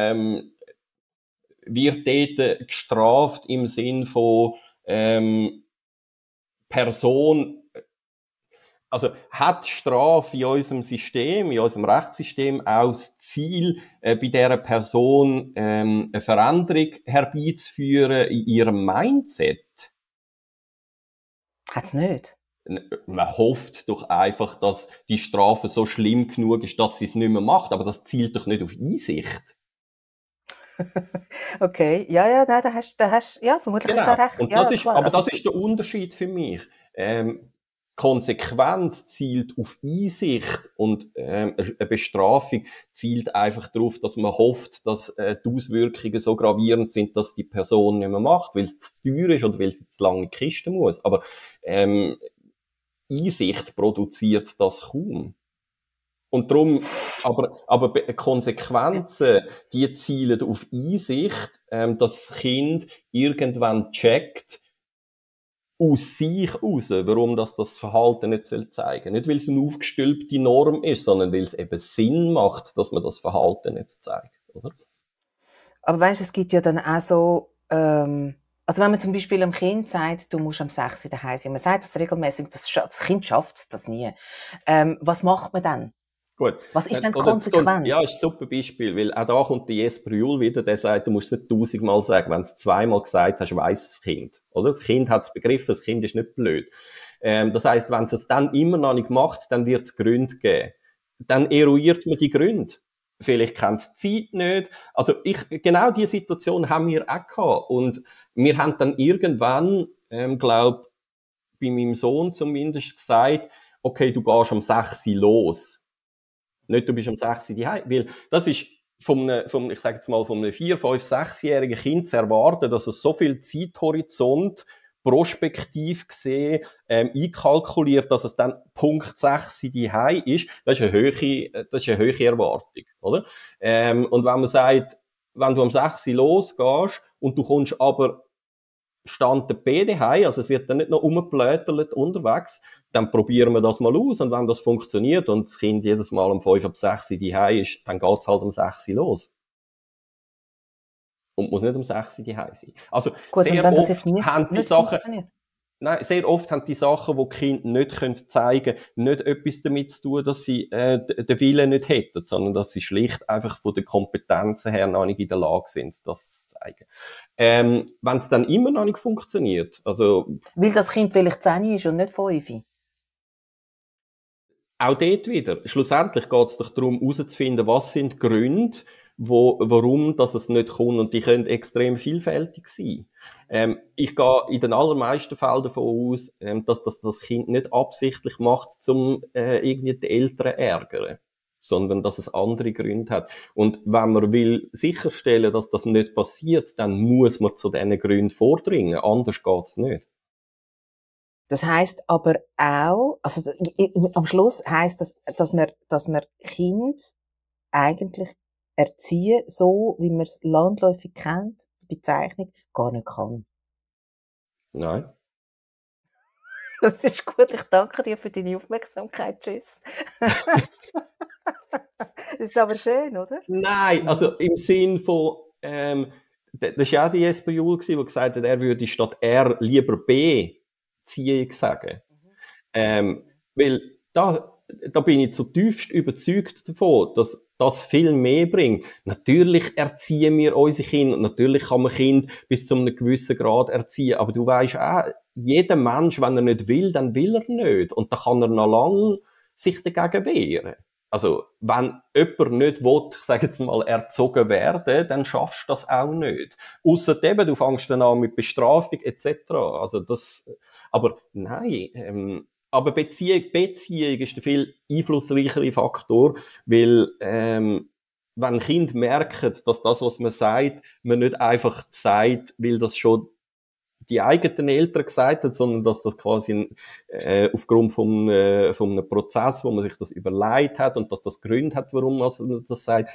Wird dort gestraft im Sinn von Person, also hat Strafe in unserem System, in unserem Rechtssystem auch das Ziel, bei dieser Person eine Veränderung herbeizuführen in ihrem Mindset? Hat's nicht. Man hofft doch einfach, dass die Strafe so schlimm genug ist, dass sie es nicht mehr macht, aber das zielt doch nicht auf Einsicht. Okay, ja, ja, nein, ja, vermutlich hast du Genau. da recht. Und Ja, klar. aber Also, das ist der Unterschied für mich. Konsequenz zielt auf Einsicht und eine Bestrafung zielt einfach darauf, dass man hofft, dass die Auswirkungen so gravierend sind, dass die Person nicht mehr macht, weil es zu teuer ist oder weil sie zu lange in die Kiste muss. Aber Einsicht produziert das kaum. Und darum, aber Konsequenzen, die zielen auf Einsicht, dass das Kind irgendwann checkt, aus sich raus, warum das Verhalten nicht zeigen soll. Nicht, weil es eine aufgestülpte Norm ist, sondern weil es eben Sinn macht, dass man das Verhalten nicht zeigt, oder? aber weißt, es gibt ja dann auch so, also wenn man zum Beispiel einem Kind sagt, du musst am 6 wieder heim sein, man sagt das regelmäßig, das Kind schafft das nie. Was macht man dann? Gut. Was ist denn die Ja, Konsequenz? ist ein super Beispiel, weil auch da kommt der Jesper Juhl wieder, der sagt, du musst es nicht 1000-mal sagen. Wenn du es zweimal gesagt hast, weiss das Kind, oder? Das Kind hat es begriffen, das Kind ist nicht blöd. Das heisst, wenn es dann immer noch nicht macht, dann wird es Gründe geben. Dann eruiert man die Gründe. Vielleicht kennt es die Zeit nicht. Also genau diese Situation haben wir auch gehabt. Und wir haben dann irgendwann, glaub, bei meinem Sohn zumindest gesagt, okay, du gehst um 6 Uhr los. Nicht, du bist um 6 Uhr daheim. Weil das ist ich sage jetzt mal, von einem 4-, 5-, 6-jährigen Kind zu erwarten, dass es so viel Zeithorizont prospektiv gesehen einkalkuliert, dass es dann Punkt 6 Uhr daheim ist, das ist eine hohe Erwartung, oder? Und wenn man sagt, wenn du um 6 Uhr losgehst und du kommst aber Stand der B daheim, also es wird dann nicht noch rumgeblötelt unterwegs, dann probieren wir das mal aus und wenn das funktioniert und das Kind jedes Mal um 5 ab 6 Uhr daheim ist, dann geht's halt um 6 Uhr los. Und muss nicht um 6 Uhr daheim sein. Also Gut, und sehr wenn das jetzt oft haben die nicht Sachen, funktioniert? nein, sehr oft haben die Sachen, die Kinder nicht zeigen können, nicht etwas damit zu tun, dass sie den Willen nicht hätten, sondern dass sie schlicht einfach von den Kompetenzen her noch nicht in der Lage sind, das zu zeigen. Wenn es dann immer noch nicht funktioniert, also... Weil das Kind vielleicht 10 ist und nicht 5. Auch dort wieder. Schlussendlich geht es doch darum, herauszufinden, was sind die Gründe, warum dass es nicht kommt. Und die können extrem vielfältig sein. Ich gehe in den allermeisten Fällen davon aus, dass das Kind nicht absichtlich macht, um irgendwie die Eltern ärgern, sondern dass es andere Gründe hat. Und wenn man will sicherstellen, dass das nicht passiert, dann muss man zu diesen Gründen vordringen. Anders geht's nicht. Das heisst aber auch, also am Schluss heisst das, dass man Kind eigentlich erziehen, so wie man es landläufig kennt, die Bezeichnung, gar nicht kann. Nein. Das ist gut, ich danke dir für deine Aufmerksamkeit, tschüss. Das ist aber schön, oder? Nein, also im Sinn von, das war ja auch die Jesper Juhl, die gesagt hat, er würde statt R lieber B Ziehung sagen. Weil da bin ich zutiefst überzeugt davon, dass das viel mehr bringt. Natürlich erziehen wir unsere Kinder, natürlich kann man Kinder bis zu einem gewissen Grad erziehen, aber du weisst auch, jeder Mensch, wenn er nicht will, dann will er nicht. Und da kann er noch lange sich dagegen wehren. Also, wenn jemand nicht will, ich sage jetzt mal, erzogen werden, dann schaffst du das auch nicht. Ausser eben, du fängst dann an mit Bestrafung etc. Also das, aber nein, aber Beziehung ist der viel einflussreichere Faktor, weil wenn Kinder merken, dass das, was man sagt, man nicht einfach sagt, weil das schon die eigenen Eltern gesagt haben, sondern dass das quasi aufgrund von einem Prozess, wo man sich das überlegt hat und dass das Gründe hat, warum man das sagt,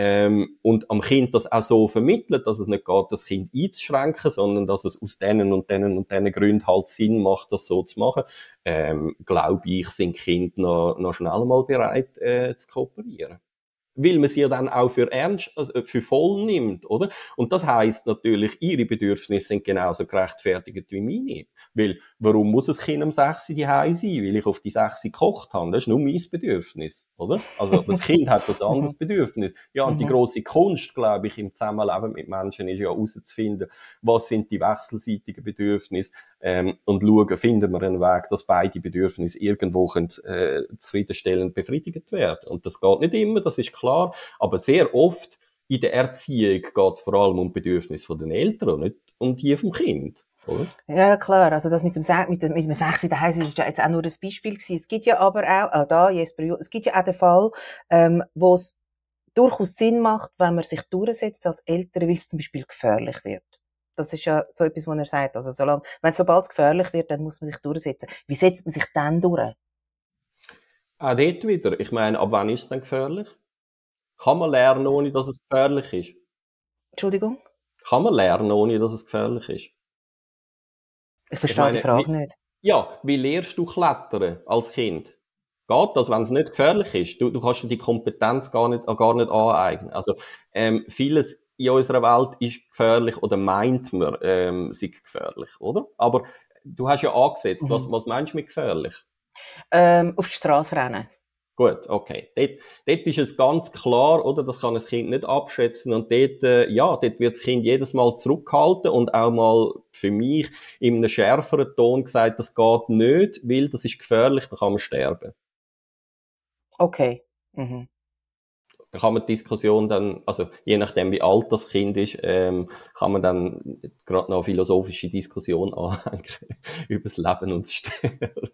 und am Kind das auch so vermittelt, dass es nicht geht, das Kind einzuschränken, sondern dass es aus diesen und diesen Gründen halt Sinn macht, das so zu machen, glaube ich, sind Kinder noch schnell mal bereit zu kooperieren. Weil man sie ja dann auch für ernst, also für voll nimmt, oder? Und das heisst natürlich, ihre Bedürfnisse sind genauso gerechtfertigt wie meine. Weil, warum muss ein Kind um 6 Uhr daheim sein? Weil ich auf die 6 Uhr gekocht habe. Das ist nur mein Bedürfnis, oder? Also, das Kind hat ein anderes Bedürfnis. Ja, und die grosse Kunst, glaube ich, im Zusammenleben mit Menschen ist ja herauszufinden, was sind die wechselseitigen Bedürfnisse, und schauen, finden wir einen Weg, dass beide Bedürfnisse irgendwo zufriedenstellend befriedigt werden. Und das geht nicht immer, das ist klar, aber sehr oft in der Erziehung geht es vor allem um die Bedürfnisse der Eltern und nicht um die vom Kind. Oder? Ja, klar. Also das mit dem 6 daheim ist ja jetzt auch nur ein Beispiel gewesen. Es gibt ja aber auch Jesper Juhl, es gibt ja auch den Fall, wo es durchaus Sinn macht, wenn man sich durchsetzt als Eltern, weil es zum Beispiel gefährlich wird. Das ist ja so etwas, was er sagt. Also sobald es gefährlich wird, dann muss man sich durchsetzen. Wie setzt man sich dann durch? Auch dort wieder. Ich meine, ab wann ist es denn gefährlich? Kann man lernen, ohne dass es gefährlich ist? Entschuldigung? Kann man lernen, ohne dass es gefährlich ist? Ich verstehe die Frage nicht. Ja, wie lehrst du Klettern als Kind? Geht das, wenn es nicht gefährlich ist? Du kannst dir die Kompetenz gar nicht aneignen. Also, vieles in unserer Welt ist gefährlich oder meint man, sei gefährlich, oder? Aber du hast ja angesetzt. Was meinst du mit gefährlich? Auf die Straße rennen. Gut, okay. Dort ist es ganz klar, oder? Das kann ein Kind nicht abschätzen. Und dort wird das Kind jedes Mal zurückhalten und auch mal für mich in einem schärferen Ton gesagt, das geht nicht, weil das ist gefährlich, da kann man sterben. Okay. Mhm. Da kann man die Diskussion dann, also je nachdem wie alt das Kind ist, kann man dann gerade noch eine philosophische Diskussion anhängen über das Leben und das Sterben.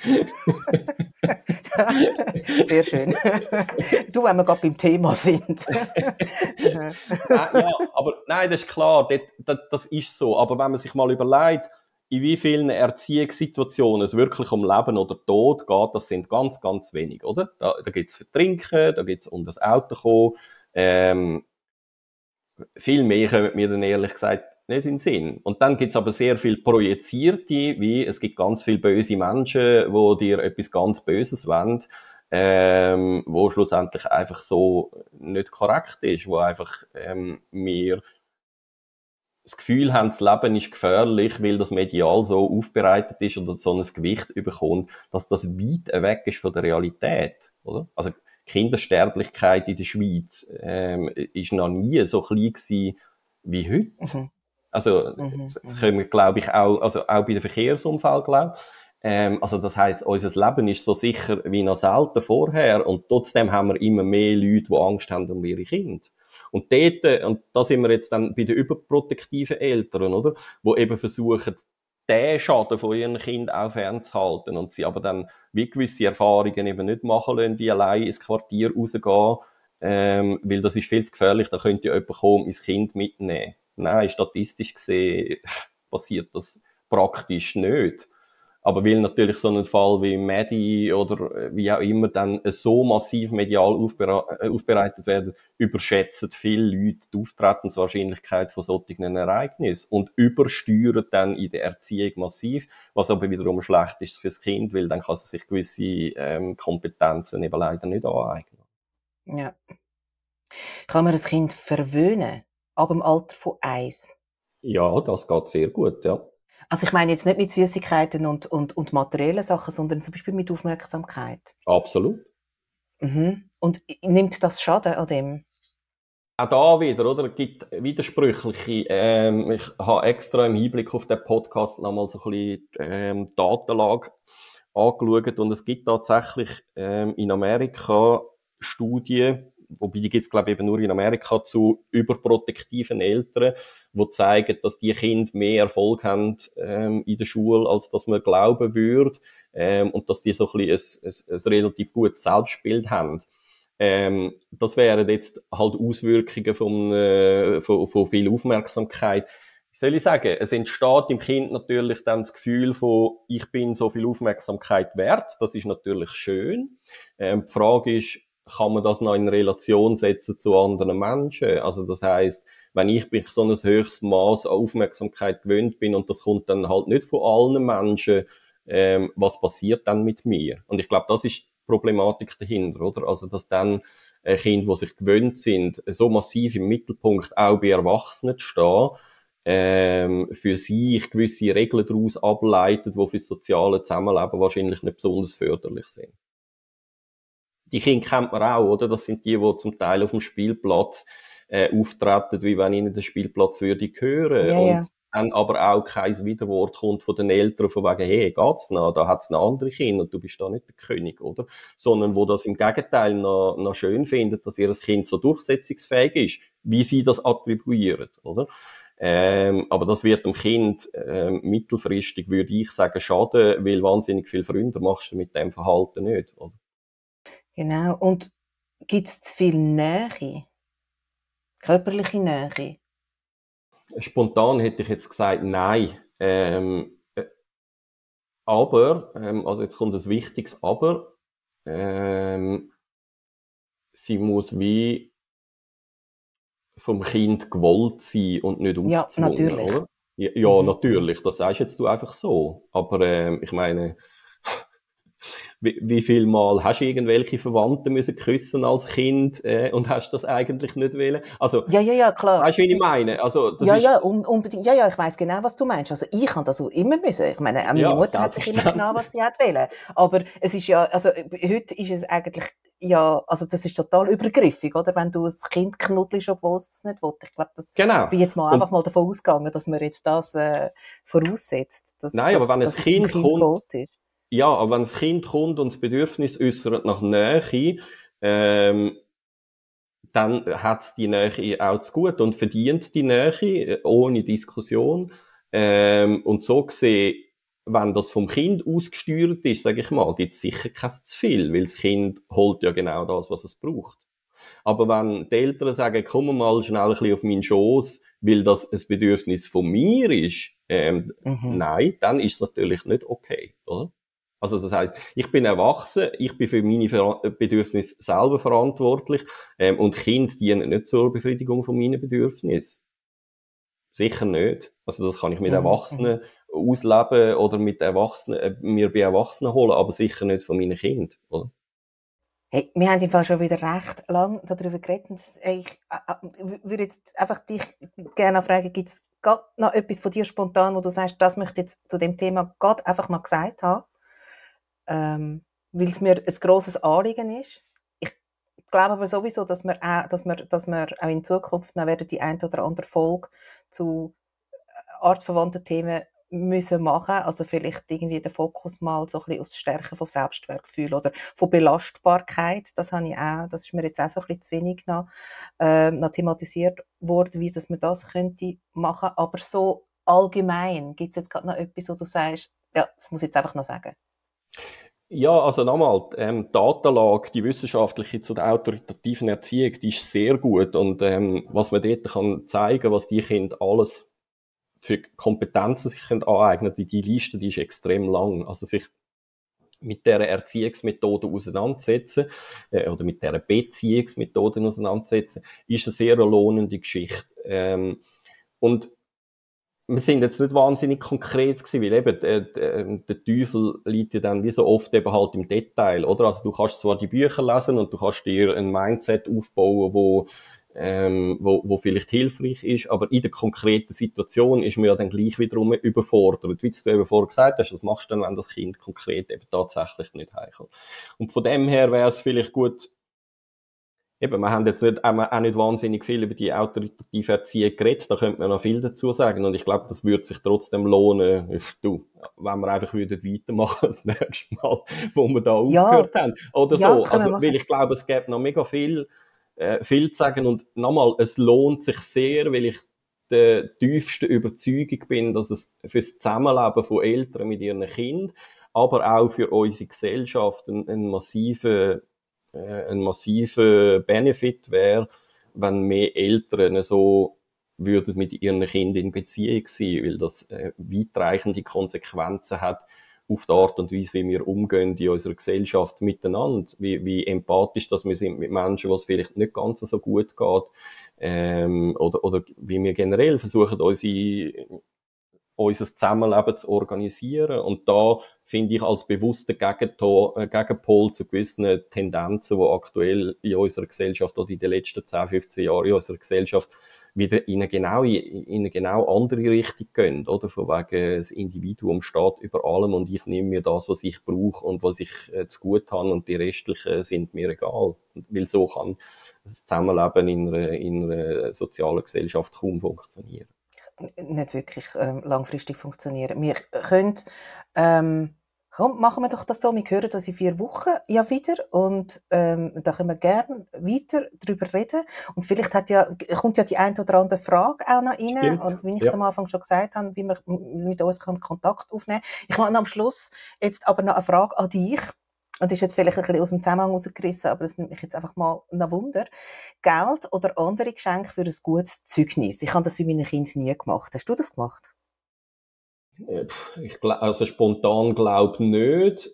Sehr schön. Du, wenn wir gerade beim Thema sind. Ja, aber nein, das ist klar, das ist so. Aber wenn man sich mal überlegt, in wie vielen Erziehungssituationen es wirklich um Leben oder Tod geht, das sind ganz, ganz wenig, oder? Da gibt's Vertrinken, da gibt's um das Auto kommen, viel mehr kommen mir dann ehrlich gesagt nicht in den Sinn. Und dann gibt's aber sehr viel Projizierte, wie es gibt ganz viele böse Menschen, wo dir etwas ganz Böses wollen, wo schlussendlich einfach so nicht korrekt ist, wo einfach wir das Gefühl haben, das Leben ist gefährlich, weil das medial so aufbereitet ist oder so ein Gewicht bekommt, dass das weit weg ist von der Realität, oder? Also Kindersterblichkeit in der Schweiz ist noch nie so klein gewesen wie heute. Mhm. Also das können wir, glaube ich, auch, also auch bei den Verkehrsunfällen, glaube ich. Also das heisst, unser Leben ist so sicher wie noch selten vorher und trotzdem haben wir immer mehr Leute, die Angst haben um ihre Kinder. Und dort, und da sind wir jetzt dann bei den überprotektiven Eltern, oder? Die eben versuchen, den Schaden von ihren Kindern auch fernzuhalten und sie aber dann wie gewisse Erfahrungen eben nicht machen lassen, wie allein ins Quartier rausgehen, weil das ist viel zu gefährlich, da könnte ja jemand kommen und mein Kind mitnehmen. Nein, statistisch gesehen passiert das praktisch nicht. Aber weil natürlich so ein Fall wie Maddie oder wie auch immer dann so massiv medial aufbereitet werden, überschätzen viele Leute die Auftretenswahrscheinlichkeit von solchen Ereignissen und übersteuern dann in der Erziehung massiv, was aber wiederum schlecht ist fürs Kind, weil dann kann es sich gewisse Kompetenzen eben leider nicht aneignen. Ja. Kann man ein Kind verwöhnen? Ab dem Alter von 1? Ja, das geht sehr gut, ja. Also ich meine jetzt nicht mit Süßigkeiten und materiellen Sachen, sondern zum Beispiel mit Aufmerksamkeit. Absolut. Mhm. Und nimmt das Schaden an dem? Auch da wieder, oder? Es gibt widersprüchliche, ich habe extra im Hinblick auf den Podcast nochmal so ein bisschen, Datenlage angeschaut und es gibt tatsächlich, in Amerika Studien, wobei die gibt's, glaube ich, eben nur in Amerika zu überprotektiven Eltern, die zeigen, dass die Kinder mehr Erfolg haben, in der Schule, als dass man glauben würde, und dass die so ein bisschen ein relativ gutes Selbstbild haben. Das wären jetzt halt Auswirkungen von viel Aufmerksamkeit. Wie soll ich sagen? Es entsteht im Kind natürlich dann das Gefühl von, ich bin so viel Aufmerksamkeit wert. Das ist natürlich schön. Die Frage ist, kann man das noch in Relation setzen zu anderen Menschen? Also das heisst, wenn ich mich so ein höchstes Maß an Aufmerksamkeit gewöhnt bin und das kommt dann halt nicht von allen Menschen, was passiert dann mit mir? Und ich glaube, das ist die Problematik dahinter, oder? Also, dass dann Kinder, die sich gewöhnt sind, so massiv im Mittelpunkt auch bei Erwachsenen zu stehen, für sich gewisse Regeln daraus ableiten, die für das soziale Zusammenleben wahrscheinlich nicht besonders förderlich sind. Die Kinder kennt man auch, oder? Das sind die zum Teil auf dem Spielplatz auftreten, wie wenn ihnen der Spielplatz würde gehören. Ja, Und ja. dann aber auch kein Widerwort kommt von den Eltern von wegen, hey, geht's noch? Da hat's noch andere Kinder und du bist da nicht der König, oder? Sondern wo das im Gegenteil noch schön findet, dass ihr Kind so durchsetzungsfähig ist, wie sie das attribuieren, oder? Aber das wird dem Kind mittelfristig, würde ich sagen, schaden, weil wahnsinnig viele Freunde machst du mit dem Verhalten nicht, oder? Genau. Und gibt's zu viel Nähe? Körperliche Nähe? Spontan hätte ich jetzt gesagt, nein. Aber, also jetzt kommt ein wichtiges Aber, ähm, sie muss wie vom Kind gewollt sein und nicht Ja, aufgezwungen, natürlich. oder? Ja, ja, Mhm. natürlich, das sagst jetzt du einfach so. Aber ich meine, wie viel Mal hast du irgendwelche Verwandte müssen küssen als Kind und hast das eigentlich nicht wollen? Also, Ja, ja, ja, klar. weißt du, wie ich meine? Also, das Ja, ja, ist, unbedingt. Ja, ja, ich weiss genau, was du meinst. Also ich habe das auch immer müssen. Ich meine, auch meine ja, Mutter hat sich immer genommen, selbstverständlich. was sie hat wollen. Aber es ist ja, also heute ist es eigentlich, ja, also das ist total übergriffig, oder? Wenn du ein Kind knuddelst, obwohl es das nicht will. Ich glaube, das Genau. bin jetzt mal einfach Und mal davon ausgegangen, dass man jetzt das nein, aber wenn ein dass es vom Kind Kind kommt, gewollt ist. ja, aber wenn das Kind kommt und das Bedürfnis äußert nach Nähe, ähm, dann hat die Nähe auch zu gut und verdient die Nähe, ohne Diskussion. Und so gesehen, wenn das vom Kind ausgesteuert ist, sage ich mal, gibt es sicher kein zu viel, weil das Kind holt ja genau das, was es braucht. Aber wenn die Eltern sagen, komm mal schnell ein bisschen auf meinen Schoß, weil das ein Bedürfnis von mir ist, Mhm. nein, dann ist es natürlich nicht okay, oder? Also das heißt, ich bin erwachsen, ich bin für meine Bedürfnisse selber verantwortlich und Kinder dienen nicht zur Befriedigung von meinen Bedürfnissen. Sicher nicht. Also das kann ich mit Mhm. Mhm. Erwachsenen ausleben oder mit Erwachsenen, mir bei Erwachsenen holen, aber sicher nicht von meinen Kindern, oder? Hey, wir haben im Fall schon wieder recht lang darüber geredet. Und ich würde jetzt einfach dich gerne fragen, gibt es gerade noch etwas von dir spontan, wo du sagst, das möchte ich jetzt zu dem Thema gerade einfach mal gesagt haben, weil es mir ein grosses Anliegen ist. Ich glaube aber sowieso, dass wir auch in Zukunft noch werden die ein oder andere Folge zu artverwandten Themen müssen machen, also vielleicht irgendwie den Fokus mal so ein bisschen aufs Stärken vom Selbstwertgefühl oder von Belastbarkeit, das habe ich auch, das ist mir jetzt auch so ein bisschen zu wenig noch thematisiert worden, wie dass man das könnte machen, aber so allgemein, gibt es jetzt gerade noch etwas, wo du sagst, ja, das muss ich jetzt einfach noch sagen. Ja, also nochmal, die Datenlage, die wissenschaftliche zu der autoritativen Erziehung, die ist sehr gut und was man dort kann zeigen, was die Kinder alles für Kompetenzen sich können aneignen, die Liste, die ist extrem lang. Also sich mit dieser Erziehungsmethode auseinandersetzen oder mit dieser Beziehungsmethode auseinandersetzen, ist eine sehr lohnende Geschichte. Und wir sind jetzt nicht wahnsinnig konkret gewesen, weil eben der Teufel liegt ja dann wie so oft eben halt im Detail, oder? Also du kannst zwar die Bücher lesen und du kannst dir ein Mindset aufbauen, wo vielleicht hilfreich ist, aber in der konkreten Situation ist man ja dann gleich wiederum überfordert. Wie du eben vorher gesagt hast, was machst du dann, wenn das Kind konkret eben tatsächlich nicht heimkommt? Und von dem her wäre es vielleicht gut, eben, wir haben jetzt auch nicht wahnsinnig viel über die autoritative Erziehung geredet, da könnte man noch viel dazu sagen und ich glaube, das würde sich trotzdem lohnen, wenn wir einfach weitermachen das nächste Mal, wo wir da aufgehört haben. Oder ja, so. Also, weil ich glaube, es gibt noch mega viel zu sagen und nochmal, es lohnt sich sehr, weil ich der tiefsten Überzeugung bin, dass es fürs Zusammenleben von Eltern mit ihren Kindern, aber auch für unsere Gesellschaft ein massiver Benefit wäre, wenn mehr Eltern so würden mit ihren Kindern in Beziehung sein, weil das weitreichende Konsequenzen hat auf die Art und Weise, wie wir umgehen in unserer Gesellschaft miteinander, wie empathisch dass wir sind mit Menschen, was vielleicht nicht ganz so gut geht, oder wie wir generell versuchen, unser Zusammenleben zu organisieren. Und da finde ich als bewusster Gegenpol zu gewissen Tendenzen, die aktuell in unserer Gesellschaft oder in den letzten 10, 15 Jahren in unserer Gesellschaft wieder in eine genau andere Richtung gehen, oder? Von wegen, das Individuum steht über allem und ich nehme mir das, was ich brauche und was ich zu gut habe und die restlichen sind mir egal. Weil so kann das Zusammenleben in einer sozialen Gesellschaft kaum funktionieren. Nicht wirklich langfristig funktionieren. Wir können, komm, machen wir doch das so, wir hören das in 4 Wochen ja wieder und da können wir gerne weiter drüber reden und vielleicht kommt ja die ein oder andere Frage auch noch rein. Stimmt. Und wie ich es am Anfang schon gesagt habe, wie man mit uns Kontakt aufnehmen kann. Ich mache am Schluss jetzt aber noch eine Frage an dich. Und das ist jetzt vielleicht ein bisschen aus dem Zusammenhang rausgerissen, aber das nimmt mich jetzt einfach mal ein Wunder. Geld oder andere Geschenke für ein gutes Zeugnis? Ich habe das bei meinen Kindern nie gemacht. Hast du das gemacht? Also spontan glaube nicht.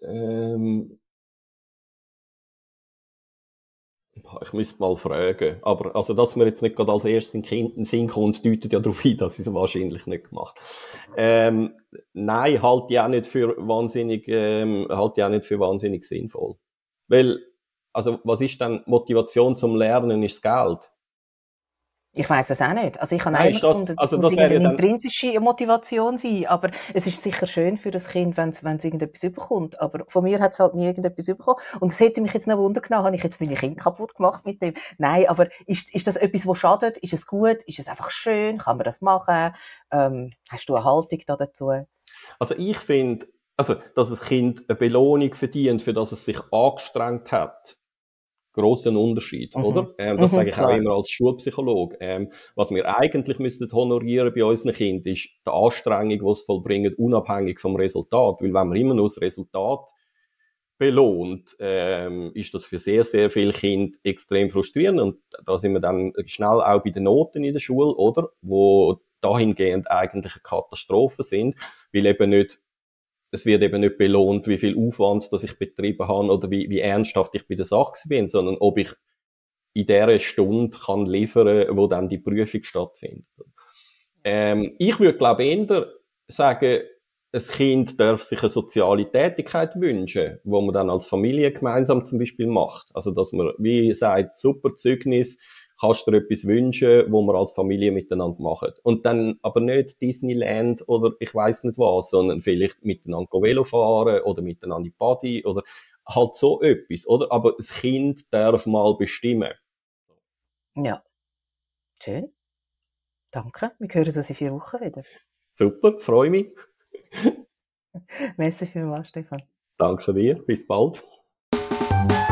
Ich müsste mal fragen. Aber also, dass mir jetzt nicht gerade als erstes in den Sinn kommt, deutet ja darauf hin, dass ich es wahrscheinlich nicht gemacht habe. Nein, halte ich auch nicht für wahnsinnig sinnvoll. Weil, also, was ist denn Motivation zum Lernen? Ist das Geld? Ich weiss es auch nicht. Also ich habe Nein, immer gefunden, das muss das wäre ja irgendeine dann, intrinsische Motivation sein. Aber es ist sicher schön für das Kind, wenn es irgendetwas überkommt. Aber von mir hat es halt nie irgendetwas überkommen. Und es hätte mich jetzt noch Wunder genommen, habe ich jetzt meine Kinder kaputt gemacht mit dem? Nein, aber ist das etwas, was schadet? Ist es gut? Ist es einfach schön? Kann man das machen? Hast du eine Haltung da dazu? also ich finde, also, dass ein Kind eine Belohnung verdient, für das es sich angestrengt hat, grossen Unterschied, oder? Das sage ich auch Klar. immer als Schulpsychologe. Was wir eigentlich müssten honorieren bei unseren Kindern, ist die Anstrengung, die sie vollbringen, unabhängig vom Resultat. Weil wenn man immer nur das Resultat belohnt, ist das für sehr, sehr viele Kinder extrem frustrierend. Und da sind wir dann schnell auch bei den Noten in der Schule, oder? Wo dahingehend eigentlich eine Katastrophe sind, weil es wird eben nicht belohnt, wie viel Aufwand das ich betrieben habe oder wie ernsthaft ich bei der Sache bin, sondern ob ich in dieser Stunde kann liefern, wo dann die Prüfung stattfindet. Ich würde, glaube ich, eher sagen, ein Kind darf sich eine soziale Tätigkeit wünschen, wo man dann als Familie gemeinsam zum Beispiel macht. Also, dass man, wie sagt, super Zeugnis, kannst du dir etwas wünschen, wo wir als Familie miteinander machen. Und dann aber nicht Disneyland oder ich weiß nicht was, sondern vielleicht miteinander Velo fahren oder miteinander in die Party oder halt so etwas, oder? Aber das Kind darf mal bestimmen. Ja, schön. Danke. Wir hören uns in 4 Wochen wieder. Super, freue mich. Merci vielmals, Stefan. Danke dir, bis bald.